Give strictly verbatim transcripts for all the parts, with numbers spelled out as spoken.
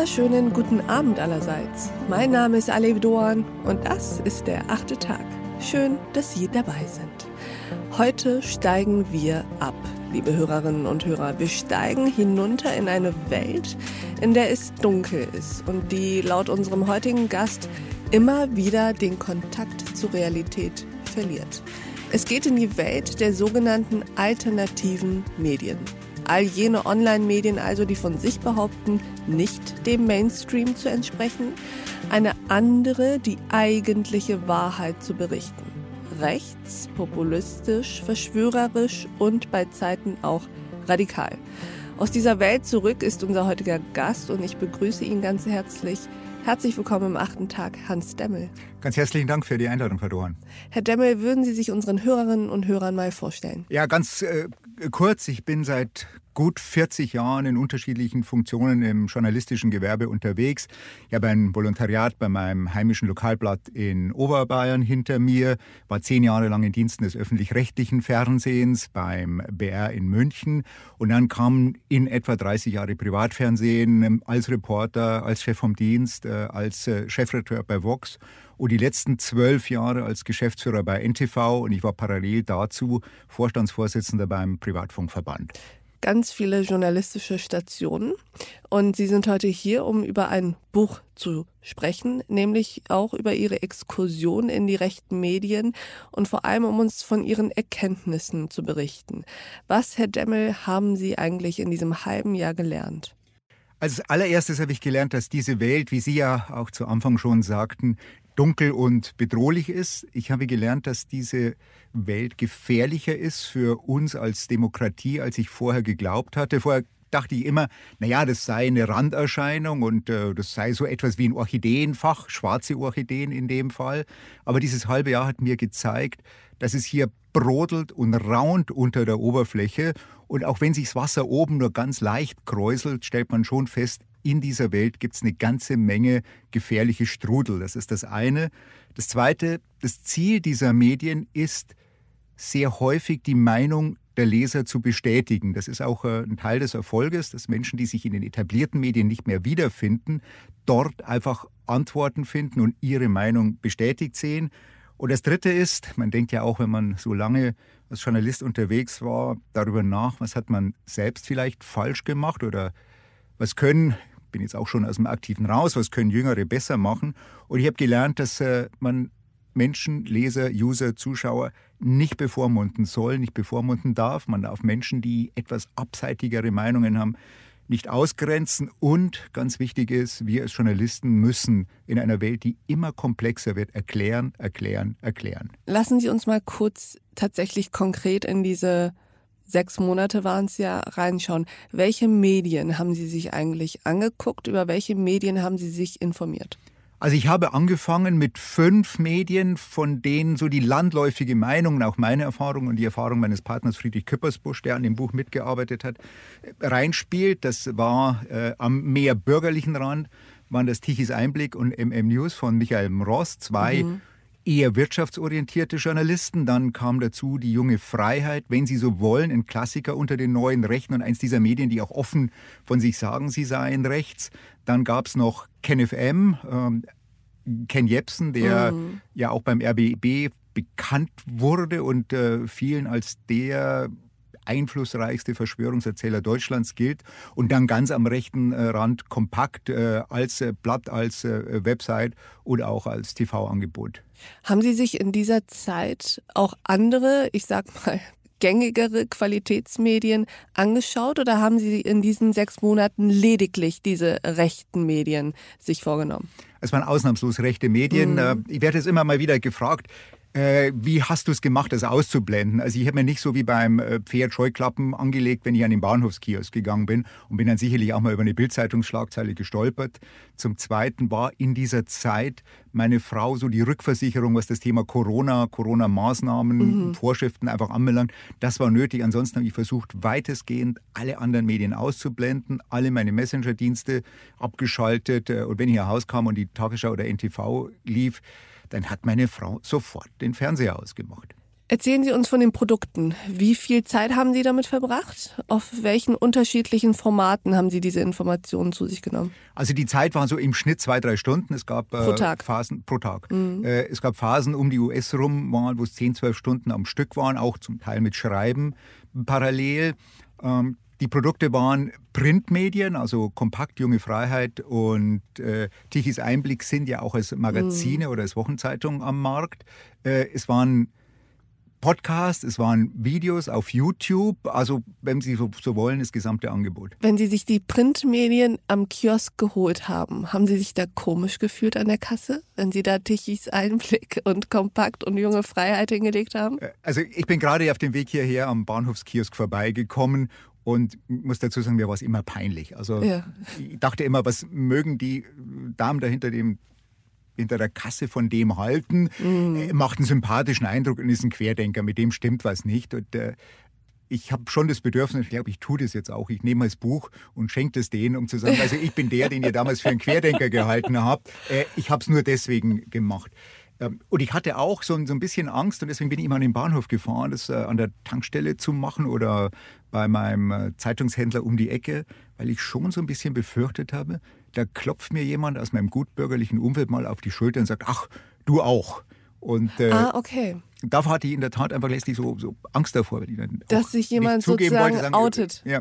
wunderschönen guten Abend allerseits. Mein Name ist Alev Doan und das ist der achte Tag. Schön, dass Sie dabei sind. Heute steigen wir ab, liebe Hörerinnen und Hörer. Wir steigen hinunter in eine Welt, in der es dunkel ist und die laut unserem heutigen Gast immer wieder den Kontakt zur Realität verliert. Es geht in die Welt der sogenannten alternativen Medien. All jene Online-Medien also, die von sich behaupten, nicht dem Mainstream zu entsprechen, eine andere, die eigentliche Wahrheit zu berichten. Rechts, populistisch, verschwörerisch und bei Zeiten auch radikal. Aus dieser Welt zurück ist unser heutiger Gast und ich begrüße ihn ganz herzlich. Herzlich willkommen im achten Tag, Hans Demmel. Ganz herzlichen Dank für die Einladung, Frau Doan. Herr Demmel, würden Sie sich unseren Hörerinnen und Hörern mal vorstellen? Ja, ganz äh, kurz. Ich bin seit gut vierzig Jahren in unterschiedlichen Funktionen im journalistischen Gewerbe unterwegs. Ich habe ein Volontariat bei meinem heimischen Lokalblatt in Oberbayern hinter mir, war zehn Jahre lang in Diensten des öffentlich-rechtlichen Fernsehens beim B R in München und dann kam in etwa dreißig Jahre Privatfernsehen als Reporter, als Chef vom Dienst, als Chefredakteur bei Vox und die letzten zwölf Jahre als Geschäftsführer bei N T V und ich war parallel dazu Vorstandsvorsitzender beim Privatfunkverband. Ganz viele journalistische Stationen und Sie sind heute hier, um über ein Buch zu sprechen, nämlich auch über Ihre Exkursion in die rechten Medien und vor allem, um uns von Ihren Erkenntnissen zu berichten. Was, Herr Demmel, haben Sie eigentlich in diesem halben Jahr gelernt? Als allererstes habe ich gelernt, dass diese Welt, wie Sie ja auch zu Anfang schon sagten, dunkel und bedrohlich ist. Ich habe gelernt, dass diese Welt gefährlicher ist für uns als Demokratie, als ich vorher geglaubt hatte. Vorher dachte ich immer, naja, das sei eine Randerscheinung und äh, das sei so etwas wie ein Orchideenfach, schwarze Orchideen in dem Fall. Aber dieses halbe Jahr hat mir gezeigt, dass es hier brodelt und raunt unter der Oberfläche. Und auch wenn sich das Wasser oben nur ganz leicht kräuselt, stellt man schon fest, in dieser Welt gibt es eine ganze Menge gefährliche Strudel. Das ist das eine. Das zweite, das Ziel dieser Medien ist sehr häufig die Meinung der Leser zu bestätigen. Das ist auch ein Teil des Erfolges, dass Menschen, die sich in den etablierten Medien nicht mehr wiederfinden, dort einfach Antworten finden und ihre Meinung bestätigt sehen. Und das Dritte ist, man denkt ja auch, wenn man so lange als Journalist unterwegs war, darüber nach, was hat man selbst vielleicht falsch gemacht oder was können, ich bin jetzt auch schon aus dem Aktiven raus, was können Jüngere besser machen. Und ich habe gelernt, dass äh, man Menschen, Leser, User, Zuschauer nicht bevormunden soll, nicht bevormunden darf. Man darf Menschen, die etwas abseitigere Meinungen haben, nicht ausgrenzen. Und ganz wichtig ist, wir als Journalisten müssen in einer Welt, die immer komplexer wird, erklären, erklären, erklären. Lassen Sie uns mal kurz tatsächlich konkret in diese sechs Monate waren es ja, reinschauen. Welche Medien haben Sie sich eigentlich angeguckt? Über welche Medien haben Sie sich informiert? Also ich habe angefangen mit fünf Medien, von denen so die landläufige Meinung, auch meine Erfahrung und die Erfahrung meines Partners Friedrich Küppersbusch, der an dem Buch mitgearbeitet hat, reinspielt. Das war äh, am mehr bürgerlichen Rand, waren das Tichys Einblick und M M News von Michael Mross, zwei mhm. eher wirtschaftsorientierte Journalisten. Dann kam dazu die junge Freiheit, wenn Sie so wollen, ein Klassiker unter den neuen Rechten und eins dieser Medien, die auch offen von sich sagen, sie seien rechts. Dann gab es noch KenFM, ähm, Ken Jebsen, der mhm. ja auch beim R B B bekannt wurde und äh, vielen als der einflussreichste Verschwörungserzähler Deutschlands gilt. Und dann ganz am rechten äh, Rand Kompakt äh, als äh, Blatt, als äh, Website oder auch als T V-Angebot. Haben Sie sich in dieser Zeit auch andere, ich sag mal, gängigere Qualitätsmedien angeschaut oder haben Sie in diesen sechs Monaten lediglich diese rechten Medien sich vorgenommen? Es waren ausnahmslos rechte Medien. Mhm. Ich werde jetzt immer mal wieder gefragt, Äh, wie hast du es gemacht, das auszublenden? Also ich habe mir nicht so wie beim äh, Pferd Scheuklappen angelegt, wenn ich an den Bahnhofskiosk gegangen bin und bin dann sicherlich auch mal über eine Bildzeitungsschlagzeile gestolpert. Zum Zweiten war in dieser Zeit meine Frau so die Rückversicherung, was das Thema Corona, Corona-Maßnahmen, mhm. Vorschriften einfach anbelangt. Das war nötig. Ansonsten habe ich versucht, weitestgehend alle anderen Medien auszublenden, alle meine Messenger-Dienste abgeschaltet. Und wenn ich nach Hause kam und die Tagesschau oder N T V lief, dann hat meine Frau sofort den Fernseher ausgemacht. Erzählen Sie uns von den Produkten. Wie viel Zeit haben Sie damit verbracht? Auf welchen unterschiedlichen Formaten haben Sie diese Informationen zu sich genommen? Also die Zeit war so im Schnitt zwei, drei Stunden. Es gab äh, pro Tag. Phasen pro Tag. Mhm. Äh, es gab Phasen um die U S rum, mal, wo es zehn, zwölf Stunden am Stück waren, auch zum Teil mit Schreiben parallel. Ähm, Die Produkte waren Printmedien, also Kompakt, Junge Freiheit und äh, Tichys Einblick sind ja auch als Magazine mm. oder als Wochenzeitung am Markt. Äh, es waren Podcasts, es waren Videos auf YouTube, also wenn Sie so, so wollen, das gesamte Angebot. Wenn Sie sich die Printmedien am Kiosk geholt haben, haben Sie sich da komisch gefühlt an der Kasse, wenn Sie da Tichys Einblick und Kompakt und Junge Freiheit hingelegt haben? Also ich bin gerade auf dem Weg hierher am Bahnhofskiosk vorbeigekommen. Und ich muss dazu sagen, mir war es immer peinlich. Also ja. Ich dachte immer, was mögen die Damen da hinter, dem, hinter der Kasse von dem halten? Mhm. Macht einen sympathischen Eindruck und ist ein Querdenker, mit dem stimmt was nicht. Und äh, ich habe schon das Bedürfnis, ich glaube, ich tue das jetzt auch, ich nehme das Buch und schenke das denen, um zu sagen, also ich bin der, den ihr damals für einen Querdenker gehalten habt. Äh, ich habe es nur deswegen gemacht. Und ich hatte auch so ein, so ein bisschen Angst und deswegen bin ich immer an den Bahnhof gefahren, das äh, an der Tankstelle zu machen oder bei meinem äh, Zeitungshändler um die Ecke, weil ich schon so ein bisschen befürchtet habe, da klopft mir jemand aus meinem gutbürgerlichen Umfeld mal auf die Schulter und sagt, ach, du auch. Und äh, ah, okay. da hatte ich in der Tat einfach letztlich so, so Angst davor. Weil ich dann Dass sich jemand sozusagen wollte, sagen, outet. Ja.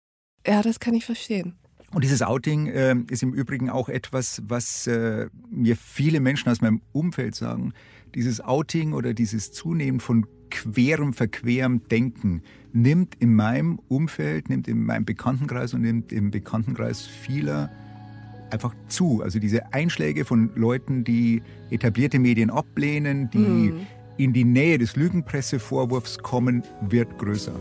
ja, das kann ich verstehen. Und dieses Outing äh, ist im Übrigen auch etwas, was äh, mir viele Menschen aus meinem Umfeld sagen. Dieses Outing oder dieses Zunehmen von querem, verquerem Denken nimmt in meinem Umfeld, nimmt in meinem Bekanntenkreis und nimmt im Bekanntenkreis vieler einfach zu. Also diese Einschläge von Leuten, die etablierte Medien ablehnen, die mhm. in die Nähe des Lügenpressevorwurfs kommen, wird größer.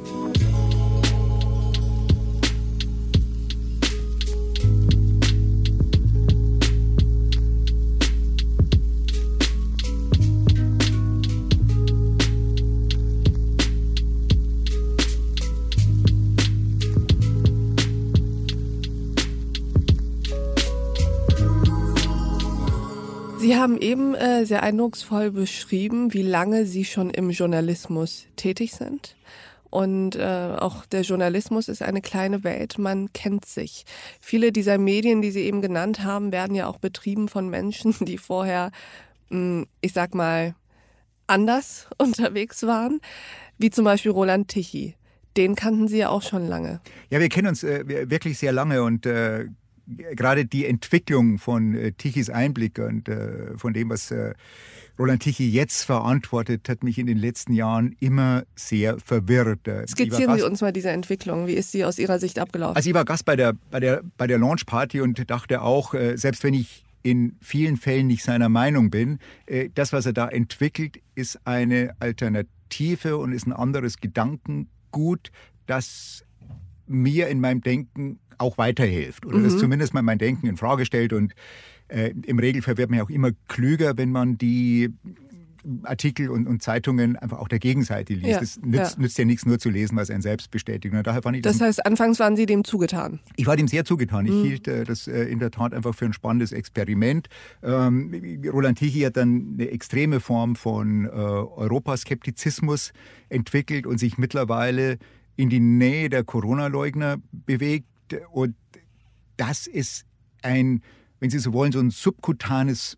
Sie haben eben äh, sehr eindrucksvoll beschrieben, wie lange Sie schon im Journalismus tätig sind. Und äh, auch der Journalismus ist eine kleine Welt, man kennt sich. Viele dieser Medien, die Sie eben genannt haben, werden ja auch betrieben von Menschen, die vorher, mh, ich sag mal, anders unterwegs waren, wie zum Beispiel Roland Tichy. Den kannten Sie ja auch schon lange. Ja, wir kennen uns äh, wirklich sehr lange und äh gerade die Entwicklung von äh, Tichys Einblick und äh, von dem, was äh, Roland Tichy jetzt verantwortet, hat mich in den letzten Jahren immer sehr verwirrt. Äh, Skizzieren Sie uns mal diese Entwicklung. Wie ist sie aus Ihrer Sicht abgelaufen? Also ich war Gast bei der, bei der, bei der Launchparty und dachte auch, äh, selbst wenn ich in vielen Fällen nicht seiner Meinung bin, äh, das, was er da entwickelt, ist eine Alternative und ist ein anderes Gedankengut, das mir in meinem Denken auch weiterhilft oder mhm. das zumindest mal mein Denken in Frage stellt. Und äh, im Regelfall wird man ja auch immer klüger, wenn man die Artikel und, und Zeitungen einfach auch der Gegenseite liest. Ja, das nützt ja. nützt ja nichts, nur zu lesen, was einen selbst bestätigt. Und daher fand ich das, das heißt, anfangs waren Sie dem zugetan? Ich war dem sehr zugetan. Ich mhm. hielt äh, das äh, in der Tat einfach für ein spannendes Experiment. Ähm, Roland Tichy hat dann eine extreme Form von äh, Europaskeptizismus entwickelt und sich mittlerweile in die Nähe der Corona-Leugner bewegt. Und das ist ein, wenn Sie so wollen, so ein subkutanes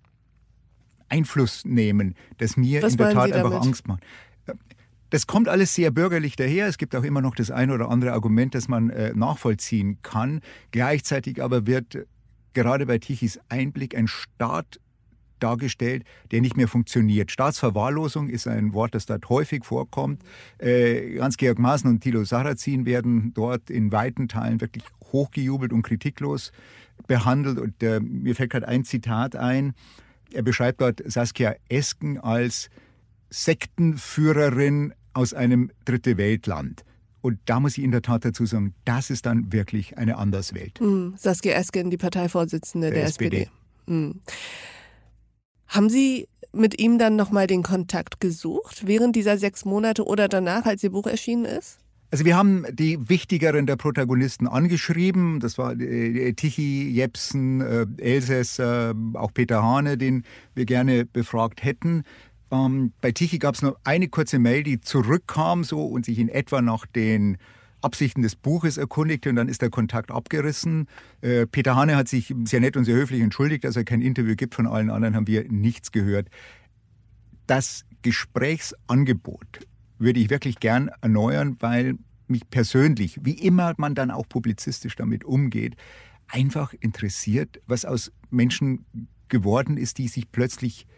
Einfluss nehmen, das mir Was in der Tat Sie einfach damit? Angst macht. Das kommt alles sehr bürgerlich daher. Es gibt auch immer noch das eine oder andere Argument, das man äh, nachvollziehen kann. Gleichzeitig aber wird gerade bei Tichys Einblick ein Staat dargestellt, der nicht mehr funktioniert. Staatsverwahrlosung ist ein Wort, das dort häufig vorkommt. Äh, Hans-Georg Maaßen und Thilo Sarrazin werden dort in weiten Teilen wirklich hochgejubelt und kritiklos behandelt. Und äh, mir fällt gerade ein Zitat ein. Er beschreibt dort Saskia Esken als Sektenführerin aus einem Dritte-Welt-Land. Und da muss ich in der Tat dazu sagen, das ist dann wirklich eine Anderswelt. Mhm. Saskia Esken, die Parteivorsitzende der, der S P D. S P D. Mhm. Haben Sie mit ihm dann nochmal den Kontakt gesucht, während dieser sechs Monate oder danach, als Ihr Buch erschienen ist? Also wir haben die wichtigeren der Protagonisten angeschrieben. Das war äh, Tichy, Jepsen, äh, Elsässer, auch Peter Hane, den wir gerne befragt hätten. Ähm, bei Tichy gab es noch eine kurze Mail, die zurückkam so und sich in etwa nach den Absichten des Buches erkundigte und dann ist der Kontakt abgerissen. Äh, Peter Hane hat sich sehr nett und sehr höflich entschuldigt, dass er kein Interview gibt. Von allen anderen haben wir nichts gehört. Das Gesprächsangebot würde ich wirklich gern erneuern, weil mich persönlich, wie immer man dann auch publizistisch damit umgeht, einfach interessiert, was aus Menschen geworden ist, die sich plötzlich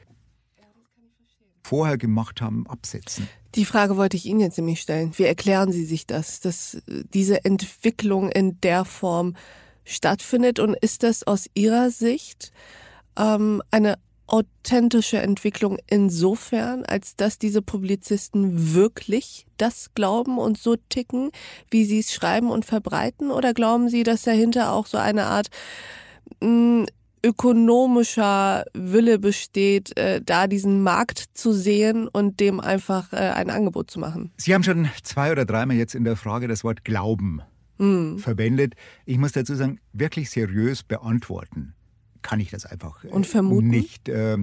vorher gemacht haben, absetzen. Die Frage wollte ich Ihnen jetzt nämlich stellen. Wie erklären Sie sich das, dass diese Entwicklung in der Form stattfindet? Und ist das aus Ihrer Sicht ähm, eine authentische Entwicklung insofern, als dass diese Publizisten wirklich das glauben und so ticken, wie sie es schreiben und verbreiten? Oder glauben Sie, dass dahinter auch so eine Art mh, ökonomischer Wille besteht, äh, da diesen Markt zu sehen und dem einfach äh, ein Angebot zu machen? Sie haben schon zwei oder dreimal jetzt in der Frage das Wort Glauben mm. verwendet. Ich muss dazu sagen, wirklich seriös beantworten kann ich das einfach äh, und vermuten? nicht. Äh,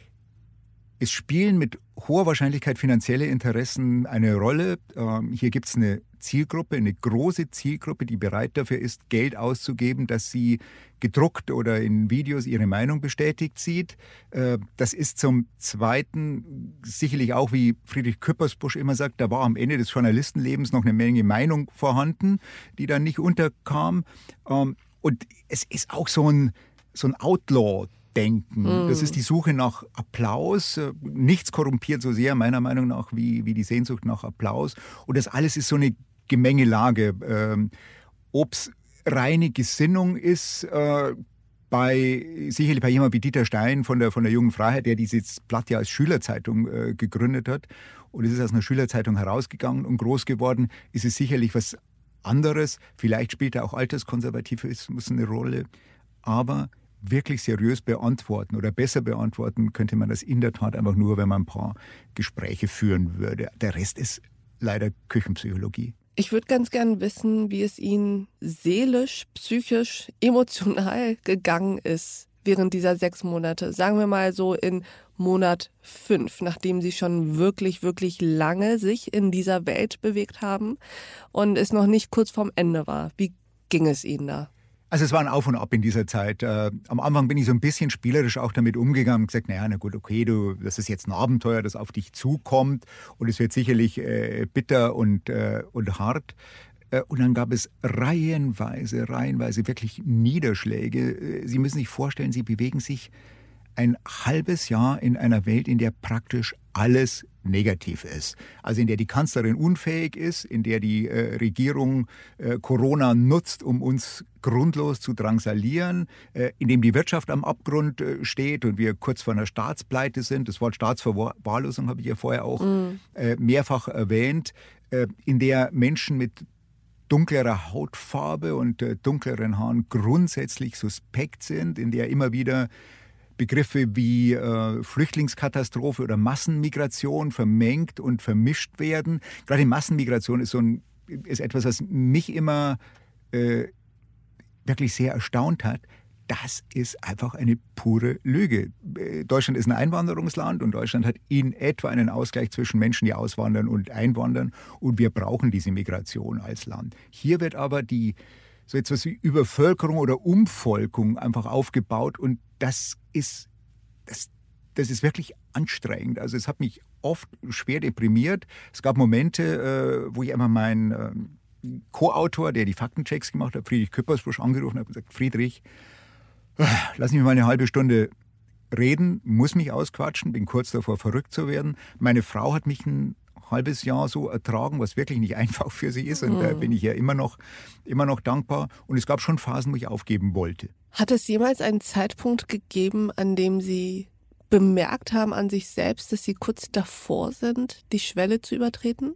es spielen mit hoher Wahrscheinlichkeit finanzielle Interessen eine Rolle. Ähm, hier gibt es eine Zielgruppe, eine große Zielgruppe, die bereit dafür ist, Geld auszugeben, dass sie gedruckt oder in Videos ihre Meinung bestätigt sieht. Äh, das ist zum Zweiten sicherlich auch, wie Friedrich Küppersbusch immer sagt, da war am Ende des Journalistenlebens noch eine Menge Meinung vorhanden, die dann nicht unterkam. Ähm, und es ist auch so ein, so ein Outlaw- Denken. Das ist die Suche nach Applaus. Nichts korrumpiert so sehr, meiner Meinung nach, wie, wie die Sehnsucht nach Applaus. Und das alles ist so eine Gemengelage. Ähm, Ob es reine Gesinnung ist, äh, bei, sicherlich bei jemandem wie Dieter Stein von der, von der Jungen Freiheit, der dieses Blatt ja als Schülerzeitung äh, gegründet hat. Und es ist aus einer Schülerzeitung herausgegangen und groß geworden, ist es sicherlich was anderes. Vielleicht spielt da auch Alterskonservatismus eine Rolle. Aber wirklich seriös beantworten oder besser beantworten könnte man das in der Tat einfach nur, wenn man ein paar Gespräche führen würde. Der Rest ist leider Küchenpsychologie. Ich würde ganz gern wissen, wie es Ihnen seelisch, psychisch, emotional gegangen ist während dieser sechs Monate. Sagen wir mal so in Monat fünf, nachdem Sie schon wirklich, wirklich lange sich in dieser Welt bewegt haben und es noch nicht kurz vorm Ende war. Wie ging es Ihnen da? Also es war ein Auf und Ab in dieser Zeit. Äh, am Anfang bin ich so ein bisschen spielerisch auch damit umgegangen und gesagt, naja, na gut, okay, du, das ist jetzt ein Abenteuer, das auf dich zukommt und es wird sicherlich äh, bitter und, äh, und hart. Äh, und dann gab es reihenweise, reihenweise wirklich Niederschläge. Sie müssen sich vorstellen, Sie bewegen sich ein halbes Jahr in einer Welt, in der praktisch alles negativ ist. Also in der die Kanzlerin unfähig ist, in der die äh, Regierung äh, Corona nutzt, um uns grundlos zu drangsalieren, äh, in dem die Wirtschaft am Abgrund äh, steht und wir kurz vor einer Staatspleite sind. Das Wort Staatsverwahrlosung habe ich ja vorher auch mm. äh, mehrfach erwähnt, äh, in der Menschen mit dunklerer Hautfarbe und äh, dunkleren Haaren grundsätzlich suspekt sind, in der immer wieder Begriffe wie äh, Flüchtlingskatastrophe oder Massenmigration vermengt und vermischt werden. Gerade Massenmigration ist, so ein, ist etwas, was mich immer äh, wirklich sehr erstaunt hat. Das ist einfach eine pure Lüge. Deutschland ist ein Einwanderungsland und Deutschland hat in etwa einen Ausgleich zwischen Menschen, die auswandern und einwandern. Und wir brauchen diese Migration als Land. Hier wird aber die so etwas wie Übervölkerung oder Umvolkung einfach aufgebaut und das ist, das, das ist wirklich anstrengend. Also es hat mich oft schwer deprimiert. Es gab Momente, äh, wo ich einmal meinen äh, Co-Autor, der die Faktenchecks gemacht hat, Friedrich Küppersbusch, angerufen habe und gesagt, Friedrich, lass mich mal eine halbe Stunde reden, muss mich ausquatschen, bin kurz davor verrückt zu werden. Meine Frau hat mich ein halbes Jahr so ertragen, was wirklich nicht einfach für sie ist. Und da bin ich ja immer noch, immer noch dankbar. Und es gab schon Phasen, wo ich aufgeben wollte. Hat es jemals einen Zeitpunkt gegeben, an dem Sie bemerkt haben an sich selbst, dass Sie kurz davor sind, die Schwelle zu übertreten?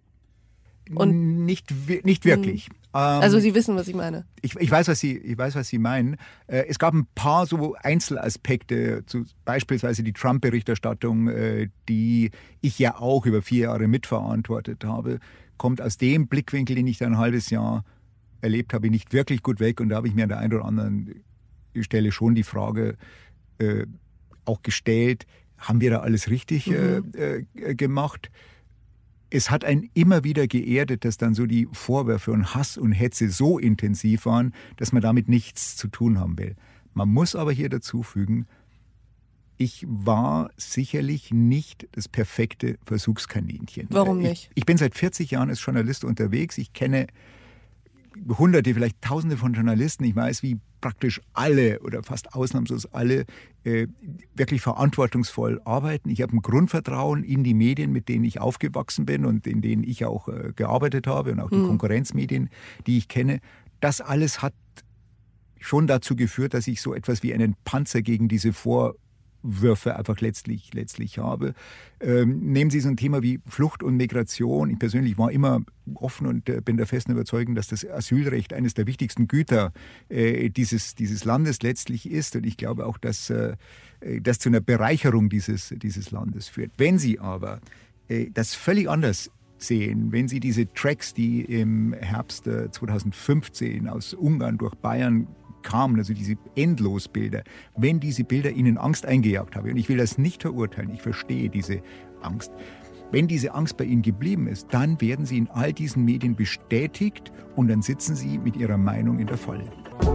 Und nicht, nicht wirklich. Hm. Also Sie wissen, was ich meine. Ich, ich, weiß, was Sie, ich weiß, was Sie meinen. Es gab ein paar so Einzelaspekte, zu, beispielsweise die Trump-Berichterstattung, die ich ja auch über vier Jahre mitverantwortet habe, kommt aus dem Blickwinkel, den ich da ein halbes Jahr erlebt habe, nicht wirklich gut weg. Und da habe ich mir an der einen oder anderen Stelle schon die Frage äh, auch gestellt, haben wir da alles richtig mhm. äh, äh, gemacht? Es hat einen immer wieder geerdet, dass dann so die Vorwürfe und Hass und Hetze so intensiv waren, dass man damit nichts zu tun haben will. Man muss aber hier dazu fügen, ich war sicherlich nicht das perfekte Versuchskaninchen. Warum nicht? Ich, ich bin seit vierzig Jahren als Journalist unterwegs. Ich kenne Hunderte, vielleicht Tausende von Journalisten. Ich weiß, wie praktisch alle oder fast ausnahmslos alle äh, wirklich verantwortungsvoll arbeiten. Ich habe ein Grundvertrauen in die Medien, mit denen ich aufgewachsen bin und in denen ich auch äh, gearbeitet habe und auch die hm. Konkurrenzmedien, die ich kenne. Das alles hat schon dazu geführt, dass ich so etwas wie einen Panzer gegen diese Vorwürfe einfach letztlich, letztlich habe. Ähm, nehmen Sie so ein Thema wie Flucht und Migration. Ich persönlich war immer offen und äh, bin der festen Überzeugung, dass das Asylrecht eines der wichtigsten Güter äh, dieses, dieses Landes letztlich ist. Und ich glaube auch, dass äh, das zu einer Bereicherung dieses, dieses Landes führt. Wenn Sie aber äh, das völlig anders sehen, wenn Sie diese Tracks, die im Herbst äh, zweitausendfünfzehn aus Ungarn durch Bayern kamen, also diese Endlosbilder, wenn diese Bilder Ihnen Angst eingejagt haben, und ich will das nicht verurteilen, ich verstehe diese Angst, wenn diese Angst bei Ihnen geblieben ist, dann werden Sie in all diesen Medien bestätigt und dann sitzen Sie mit Ihrer Meinung in der Falle.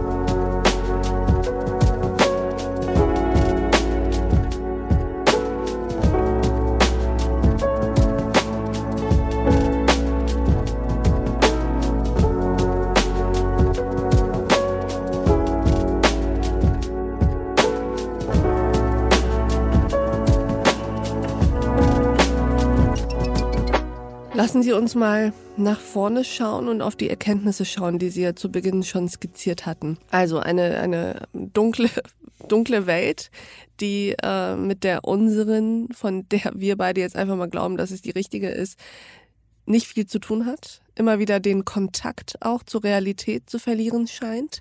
Lassen Sie uns mal nach vorne schauen und auf die Erkenntnisse schauen, die Sie ja zu Beginn schon skizziert hatten. Also eine, eine dunkle, dunkle Welt, die äh, mit der unseren, von der wir beide jetzt einfach mal glauben, dass es die richtige ist, nicht viel zu tun hat. Immer wieder den Kontakt auch zur Realität zu verlieren scheint.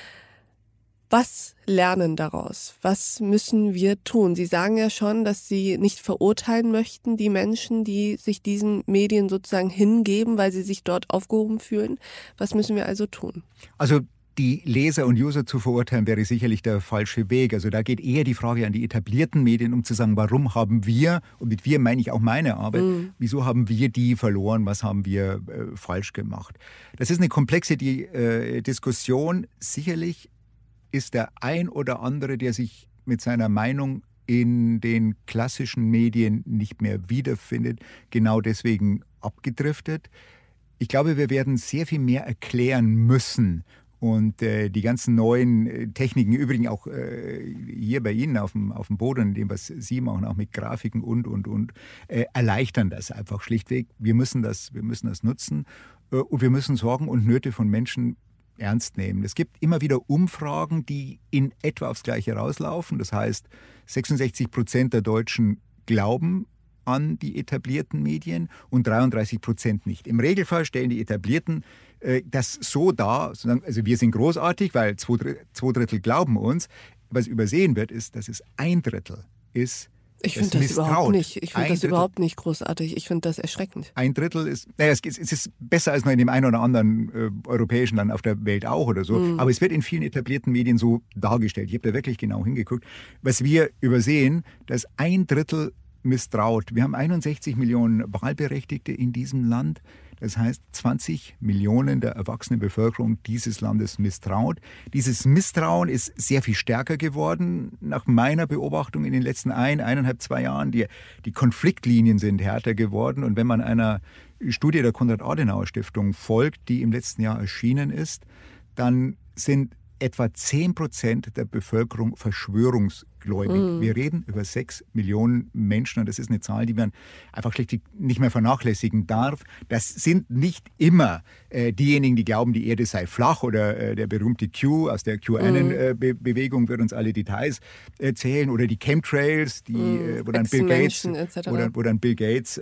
Was lernen daraus? Was müssen wir tun? Sie sagen ja schon, dass Sie nicht verurteilen möchten, die Menschen, die sich diesen Medien sozusagen hingeben, weil sie sich dort aufgehoben fühlen. Was müssen wir also tun? Also die Leser und User zu verurteilen, wäre sicherlich der falsche Weg. Also da geht eher die Frage an die etablierten Medien, um zu sagen, warum haben wir, und mit wir meine ich auch meine Arbeit, mhm. wieso haben wir die verloren, was haben wir äh, falsch gemacht? Das ist eine komplexe die, äh, Diskussion. Sicherlich ist der ein oder andere, der sich mit seiner Meinung in den klassischen Medien nicht mehr wiederfindet, genau deswegen abgedriftet. Ich glaube, wir werden sehr viel mehr erklären müssen. Und äh, die ganzen neuen äh, Techniken, übrigens auch äh, hier bei Ihnen auf dem, auf dem Boden, in dem, was Sie machen, auch mit Grafiken und, und, und, äh, erleichtern das einfach schlichtweg. Wir müssen das, wir müssen das nutzen äh, und wir müssen Sorgen und Nöte von Menschen ernst nehmen. Es gibt immer wieder Umfragen, die in etwa aufs Gleiche rauslaufen. Das heißt, sechsundsechzig Prozent der Deutschen glauben an die etablierten Medien und dreiunddreißig Prozent nicht. Im Regelfall stellen die Etablierten äh, das so dar, also wir sind großartig, weil zwei, zwei Drittel glauben uns. Was übersehen wird, ist, dass es ein Drittel ist, Ich finde das überhaupt nicht. Ich finde das überhaupt nicht großartig. Ich finde das erschreckend. Ein Drittel ist, naja, es ist besser als noch in dem einen oder anderen äh, europäischen Land auf der Welt auch oder so. Mhm. Aber es wird in vielen etablierten Medien so dargestellt. Ich habe da wirklich genau hingeguckt. Was wir übersehen, dass ein Drittel misstraut. Wir haben einundsechzig Millionen Wahlberechtigte in diesem Land. Das heißt, zwanzig Millionen der erwachsenen Bevölkerung dieses Landes misstraut. Dieses Misstrauen ist sehr viel stärker geworden, nach meiner Beobachtung in den letzten ein, eineinhalb, zwei Jahren. Die, die Konfliktlinien sind härter geworden. Und wenn man einer Studie der Konrad-Adenauer-Stiftung folgt, die im letzten Jahr erschienen ist, dann sind etwa zehn Prozent der Bevölkerung verschwörungsgläubig. Mm. Wir reden über sechs Millionen Menschen und das ist eine Zahl, die man einfach schlichtweg nicht mehr vernachlässigen darf. Das sind nicht immer äh, diejenigen, die glauben, die Erde sei flach oder äh, der berühmte Q aus der QAnon-Bewegung mm. wird uns alle Details erzählen oder die Chemtrails, die, mm. äh, wo, dann Bill Gates, wo, dann, wo dann Bill Gates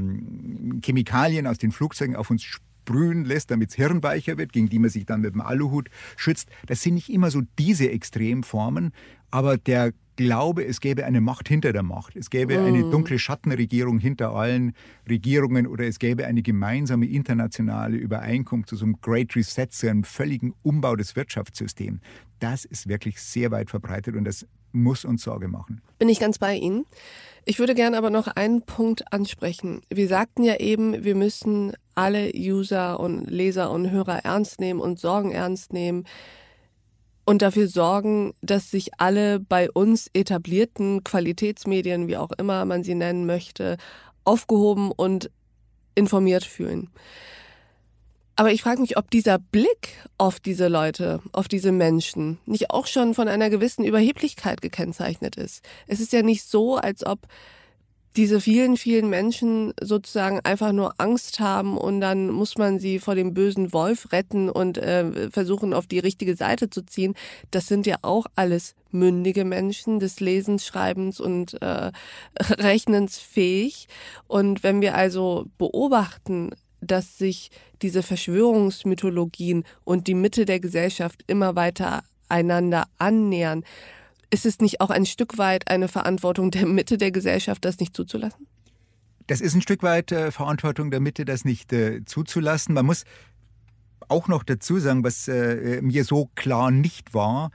ähm, Chemikalien aus den Flugzeugen auf uns sprühen lässt, damit es hirnweicher wird, gegen die man sich dann mit dem Aluhut schützt. Das sind nicht immer so diese Extremformen, aber der Glaube, es gäbe eine Macht hinter der Macht, es gäbe mm. eine dunkle Schattenregierung hinter allen Regierungen oder es gäbe eine gemeinsame internationale Übereinkunft zu so einem Great Reset, zu einem völligen Umbau des Wirtschaftssystems. Das ist wirklich sehr weit verbreitet und das muss uns Sorge machen. Bin ich ganz bei Ihnen. Ich würde gerne aber noch einen Punkt ansprechen. Wir sagten ja eben, wir müssen alle User und Leser und Hörer ernst nehmen und Sorgen ernst nehmen und dafür sorgen, dass sich alle bei uns etablierten Qualitätsmedien, wie auch immer man sie nennen möchte, aufgehoben und informiert fühlen. Aber ich frage mich, ob dieser Blick auf diese Leute, auf diese Menschen, nicht auch schon von einer gewissen Überheblichkeit gekennzeichnet ist. Es ist ja nicht so, als ob diese vielen, vielen Menschen sozusagen einfach nur Angst haben und dann muss man sie vor dem bösen Wolf retten und äh, versuchen, auf die richtige Seite zu ziehen. Das sind ja auch alles mündige Menschen, des Lesens, Schreibens und äh, Rechnens fähig. Und wenn wir also beobachten, dass sich diese Verschwörungsmythologien und die Mitte der Gesellschaft immer weiter einander annähern, ist es nicht auch ein Stück weit eine Verantwortung der Mitte der Gesellschaft, das nicht zuzulassen? Das ist ein Stück weit äh, Verantwortung der Mitte, das nicht äh, zuzulassen. Man muss auch noch dazu sagen, was äh, mir so klar nicht war,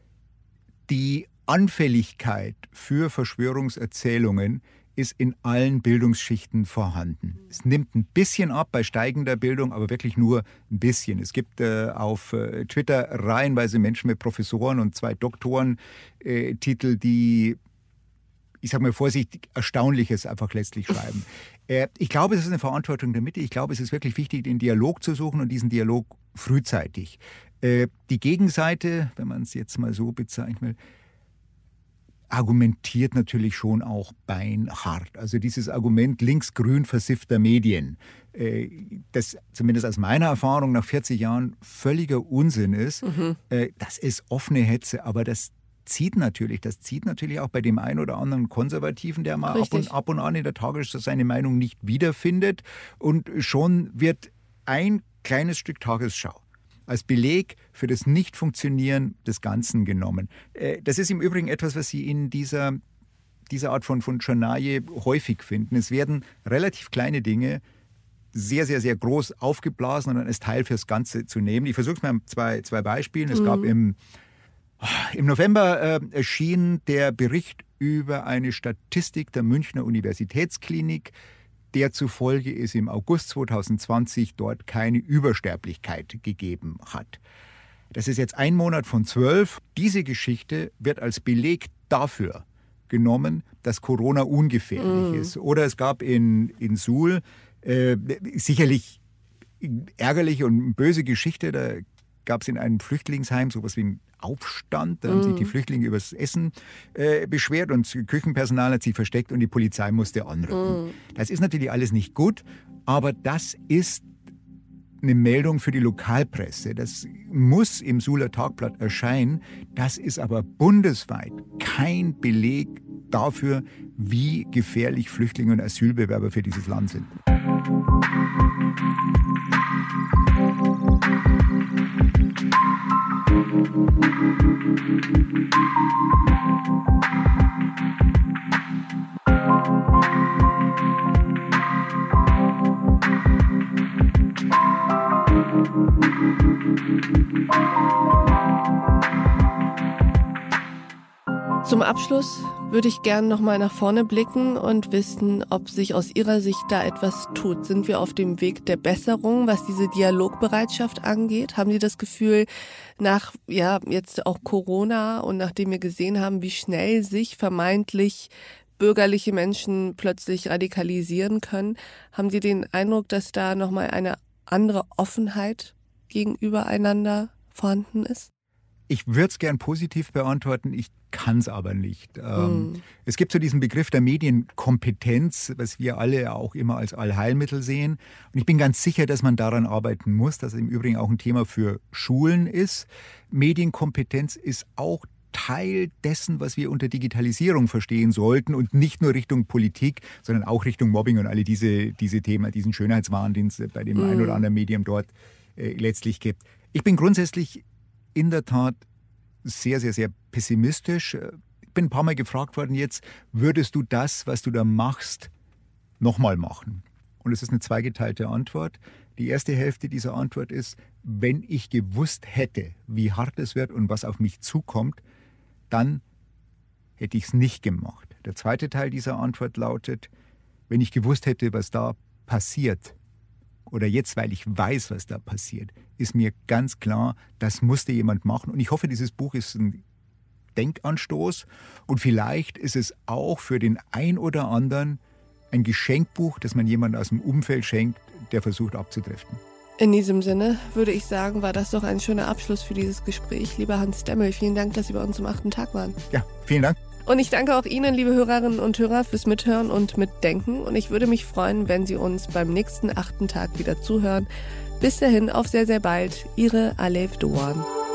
die Anfälligkeit für Verschwörungserzählungen ist in allen Bildungsschichten vorhanden. Es nimmt ein bisschen ab bei steigender Bildung, aber wirklich nur ein bisschen. Es gibt äh, auf äh, Twitter reihenweise Menschen mit Professoren und zwei Doktorentitel, äh, die, ich sage mal vorsichtig, Erstaunliches einfach letztlich schreiben. äh, ich glaube, es ist eine Verantwortung der Mitte. Ich glaube, es ist wirklich wichtig, den Dialog zu suchen und diesen Dialog frühzeitig. Äh, die Gegenseite, wenn man es jetzt mal so bezeichnen will, argumentiert natürlich schon auch beinhart. Also dieses Argument linksgrün versiffter Medien, das zumindest aus meiner Erfahrung nach vierzig Jahren völliger Unsinn ist, mhm. das ist offene Hetze, aber das zieht natürlich, das zieht natürlich auch bei dem einen oder anderen Konservativen, der mal ab und, ab und an in der Tagesschau seine Meinung nicht wiederfindet, und schon wird ein kleines Stück Tagesschau als Beleg für das Nicht-Funktionieren des Ganzen genommen. Das ist im Übrigen etwas, was Sie in dieser, dieser Art von, von Journalie häufig finden. Es werden relativ kleine Dinge sehr, sehr, sehr groß aufgeblasen und dann als Teil fürs Ganze zu nehmen. Ich versuche es mal mit zwei, zwei Beispielen. Es mhm. gab im, im November äh, erschien der Bericht über eine Statistik der Münchner Universitätsklinik, der zufolge es im August zweitausendzwanzig dort keine Übersterblichkeit gegeben hat. Das ist jetzt ein Monat von zwölf. Diese Geschichte wird als Beleg dafür genommen, dass Corona ungefährlich mm. ist. Oder es gab in, in Suhl äh, sicherlich ärgerliche und böse Geschichte. Da gab es in einem Flüchtlingsheim sowas wie einen Aufstand. Da haben mm. sich die Flüchtlinge über das Essen äh, beschwert und das Küchenpersonal hat sich versteckt und die Polizei musste anrücken. Mm. Das ist natürlich alles nicht gut, aber das ist eine Meldung für die Lokalpresse. Das muss im Suhler Tagblatt erscheinen. Das ist aber bundesweit kein Beleg dafür, wie gefährlich Flüchtlinge und Asylbewerber für dieses Land sind. Zum Abschluss würde ich gerne noch mal nach vorne blicken und wissen, ob sich aus Ihrer Sicht da etwas tut. Sind wir auf dem Weg der Besserung, was diese Dialogbereitschaft angeht? Haben Sie das Gefühl, nach ja jetzt auch Corona und nachdem wir gesehen haben, wie schnell sich vermeintlich bürgerliche Menschen plötzlich radikalisieren können, haben Sie den Eindruck, dass da noch mal eine andere Offenheit gegenüber einander vorhanden ist? Ich würde es gern positiv beantworten, ich kann es aber nicht. Ähm, mm. Es gibt so diesen Begriff der Medienkompetenz, was wir alle auch immer als Allheilmittel sehen. Und ich bin ganz sicher, dass man daran arbeiten muss, dass es im Übrigen auch ein Thema für Schulen ist. Medienkompetenz ist auch Teil dessen, was wir unter Digitalisierung verstehen sollten und nicht nur Richtung Politik, sondern auch Richtung Mobbing und alle diese, diese Themen, diesen Schönheitswahn, den es bei dem mm. ein oder anderen Medium dort äh, letztlich gibt. Ich bin grundsätzlich in der Tat sehr, sehr, sehr pessimistisch. Ich bin ein paar Mal gefragt worden jetzt, würdest du das, was du da machst, nochmal machen? Und es ist eine zweigeteilte Antwort. Die erste Hälfte dieser Antwort ist, wenn ich gewusst hätte, wie hart es wird und was auf mich zukommt, dann hätte ich es nicht gemacht. Der zweite Teil dieser Antwort lautet, wenn ich gewusst hätte, was da passiert, oder jetzt, weil ich weiß, was da passiert, ist mir ganz klar, das musste jemand machen. Und ich hoffe, dieses Buch ist ein Denkanstoß und vielleicht ist es auch für den ein oder anderen ein Geschenkbuch, das man jemandem aus dem Umfeld schenkt, der versucht abzudriften. In diesem Sinne würde ich sagen, war das doch ein schöner Abschluss für dieses Gespräch. Lieber Hans Demmel, vielen Dank, dass Sie bei uns am achten Tag waren. Ja, vielen Dank. Und ich danke auch Ihnen, liebe Hörerinnen und Hörer, fürs Mithören und Mitdenken. Und ich würde mich freuen, wenn Sie uns beim nächsten achten Tag wieder zuhören. Bis dahin, auf sehr, sehr bald. Ihre Alev Doğan.